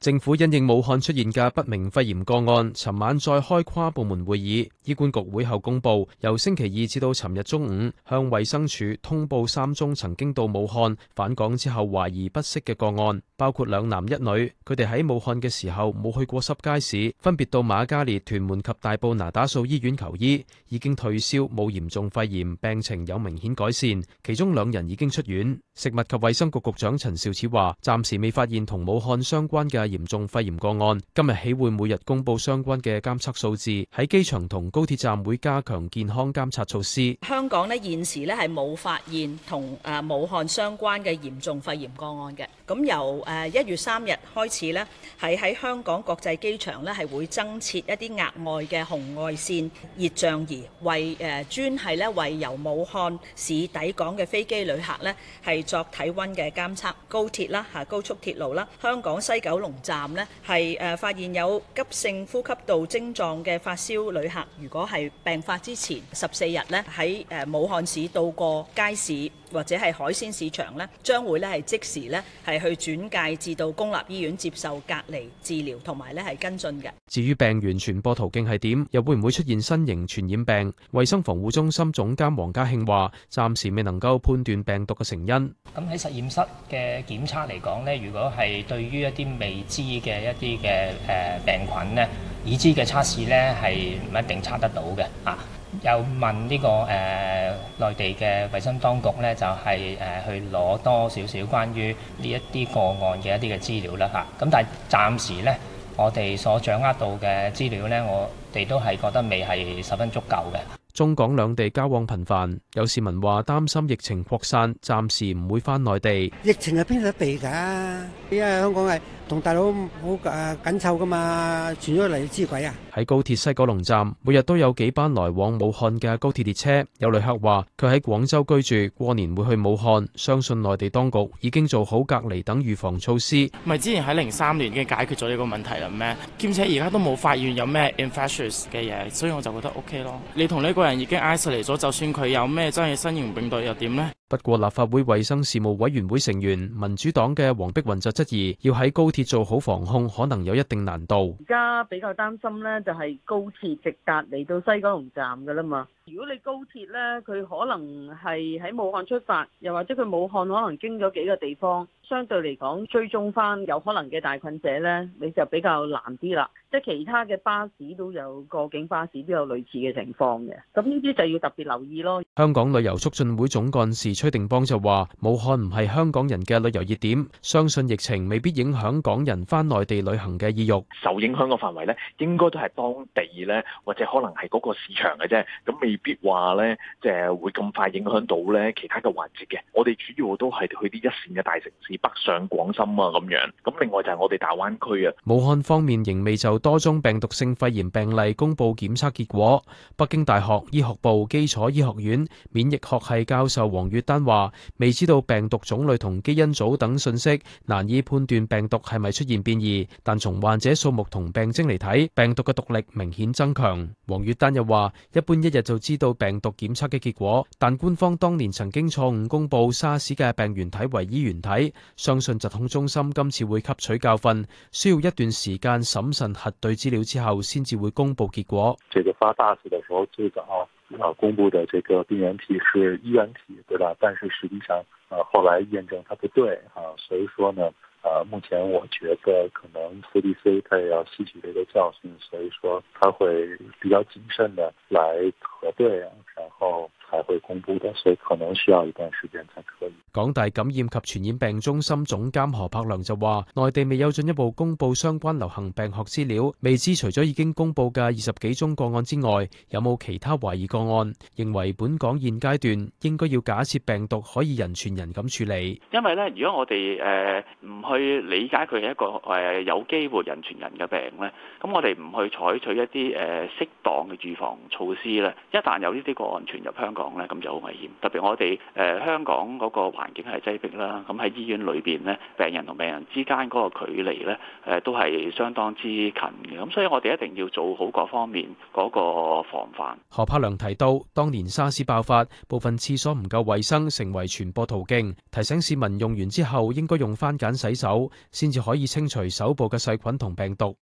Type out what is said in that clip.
政府因應武漢出現嘅不明肺炎個案，尋晚再開跨部門會議。醫管局會後公佈，由星期二至到尋日中午，向衛生署通報3宗曾經到武漢返港之後懷疑不適嘅個案，包括2男1女。佢哋喺武漢嘅時候冇去過濕街市，分別到瑪嘉烈、屯門及大埔那打素醫院求醫，已經退燒，冇嚴重肺炎，病情有明顯改善。其中2人已經出院。食物及衛生局局長陳肇始話：暫時未發現同武漢相關嘅嚴重肺炎個案，今日起會每日公佈相關嘅監測數字，喺機場同高鐵站會加強健康監察措施。 香港呢現時呢係冇發現同武漢相關嘅嚴重肺炎個案嘅。咁由1月3日開始呢，喺香港國際機場呢係會增設一啲額外嘅紅外線熱像儀，為專係呢為由武漢市抵港嘅飛機旅客呢係作體溫嘅監測。高鐵啦高速鐵路啦，香港西九龍站呢係發現有急性呼吸道症狀嘅發燒旅客，如果係病發之前14日呢喺武漢市到過街市或者係海鮮市場呢，將會呢係即時呢係去轉介至到公立醫院接受隔離治療同埋呢係跟進嘅。 至於病原傳播途徑係點，又會唔會出現新型傳染病？衛生防護中心總監黃家慶話：暫時未能夠判斷病毒嘅成因。 咁喺實驗室嘅檢測嚟講呢，如果係對於一啲未知嘅一啲嘅病菌呢，已知嘅測試呢係唔一定測得到嘅啊。又問呢個內地嘅衛生當局呢，就係去攞多少少關於呢一啲個案嘅一啲嘅資料啦嚇。咁但係暫時呢，我哋所掌握到嘅資料呢，我哋都係覺得未係十分足夠嘅。 中港兩地交往頻繁，有市民話擔心疫情擴散，暫時唔會返內地。 疫情係邊度得避㗎？因為香港係同大佬好緊湊㗎嘛，傳咗嚟知鬼啊！ 喺高鐵西九龍站，每日都有幾班來往武漢嘅高鐵列車。有旅客話：佢喺廣州居住，過年會去武漢，相信內地當局已經做好隔離等預防措施。 咪之前喺03年已經解決咗呢個問題啦咩？兼且而家都冇發現有咩 infectious 嘅嘢，所以我就覺得 OK 咯。你同呢個人已經 isolate 咗，就算佢有咩真係新型病毒又點呢？ 不過立法會衛生事務委員會成員民主黨嘅黃碧雲就質疑，要喺高鐵做好防控，可能有一定難度。 而家比較擔心呢，就係高鐵直達嚟到西九龍站噶啦嘛。如果你高鐵呢，佢可能係喺武漢出發，又或者佢武漢可能經咗幾個地方，相對嚟講追蹤翻有可能嘅帶菌者呢，你就比較難啲啦。即係其他嘅巴士都有，過境巴士都有類似嘅情況嘅，咁呢啲就要特別留意咯。 香港旅遊促進會總幹事崔定邦就話：武漢唔係香港人嘅旅遊熱點，相信疫情未必影響港人返內地旅行嘅意欲。 受影響嘅範圍呢，應該都係當地呢，或者可能係嗰個市場嘅啫，咁未必話呢，即係會咁快影響到呢其他嘅環節嘅。我哋主要都係去啲一線嘅大城市，北上廣深啊咁樣。咁另外就係我哋大灣區啊。 武漢方面仍未就多宗病毒性肺炎病例公佈檢測結果。北京大學醫學部基礎醫學院免疫學系教授黃月丹話：未知道病毒種類同基因組等信息，難以判斷病毒係咪出現變異。但從患者數目同病徵嚟睇，病毒嘅毒力明顯增強。黃月丹又話：一般一日就知道病毒檢測嘅結果，但官方當年曾經錯誤公佈沙士嘅病原體為衣原體，相信疾控中心今次會吸取教訓，需要一段時間審慎核對資料之後，先至會公佈結果。 這個發沙士的時候最早公佈的這個病原體是衣原體，對吧？但是實際上後來驗證它不對，所以說呢，目前我覺得可能 CDC 它也要吸取這個教訓，所以說它會比較謹慎的來核對，然後才會公布的，所以可能需要一段時間才可以。 港大感染及傳染病中心總監何柏良就話：內地未有進一步公布相關流行病學資料，未知除咗已經公布嘅20幾宗個案之外，有冇其他懷疑個案。認為本港現階段應該要假設病毒可以人傳人咁處理。 因為咧，如果我哋唔去理解佢係一個有機會人傳人嘅病咧，咁我哋唔去採取一啲適當嘅預防措施咧，一旦有呢啲個案傳入香港咧，咁就好危險。特別我哋香港嗰個環境係擠迫啦。咁喺醫院裏邊呢，病人同病人之間嗰個距離呢，都係相當之近嘅。咁所以我哋一定要做好各方面嗰個防範。 何柏良提到，當年沙士爆發，部分廁所唔夠衛生，成為傳播途徑，提醒市民用完之後應該用番梘洗手，先至可以清除手部嘅細菌同病毒。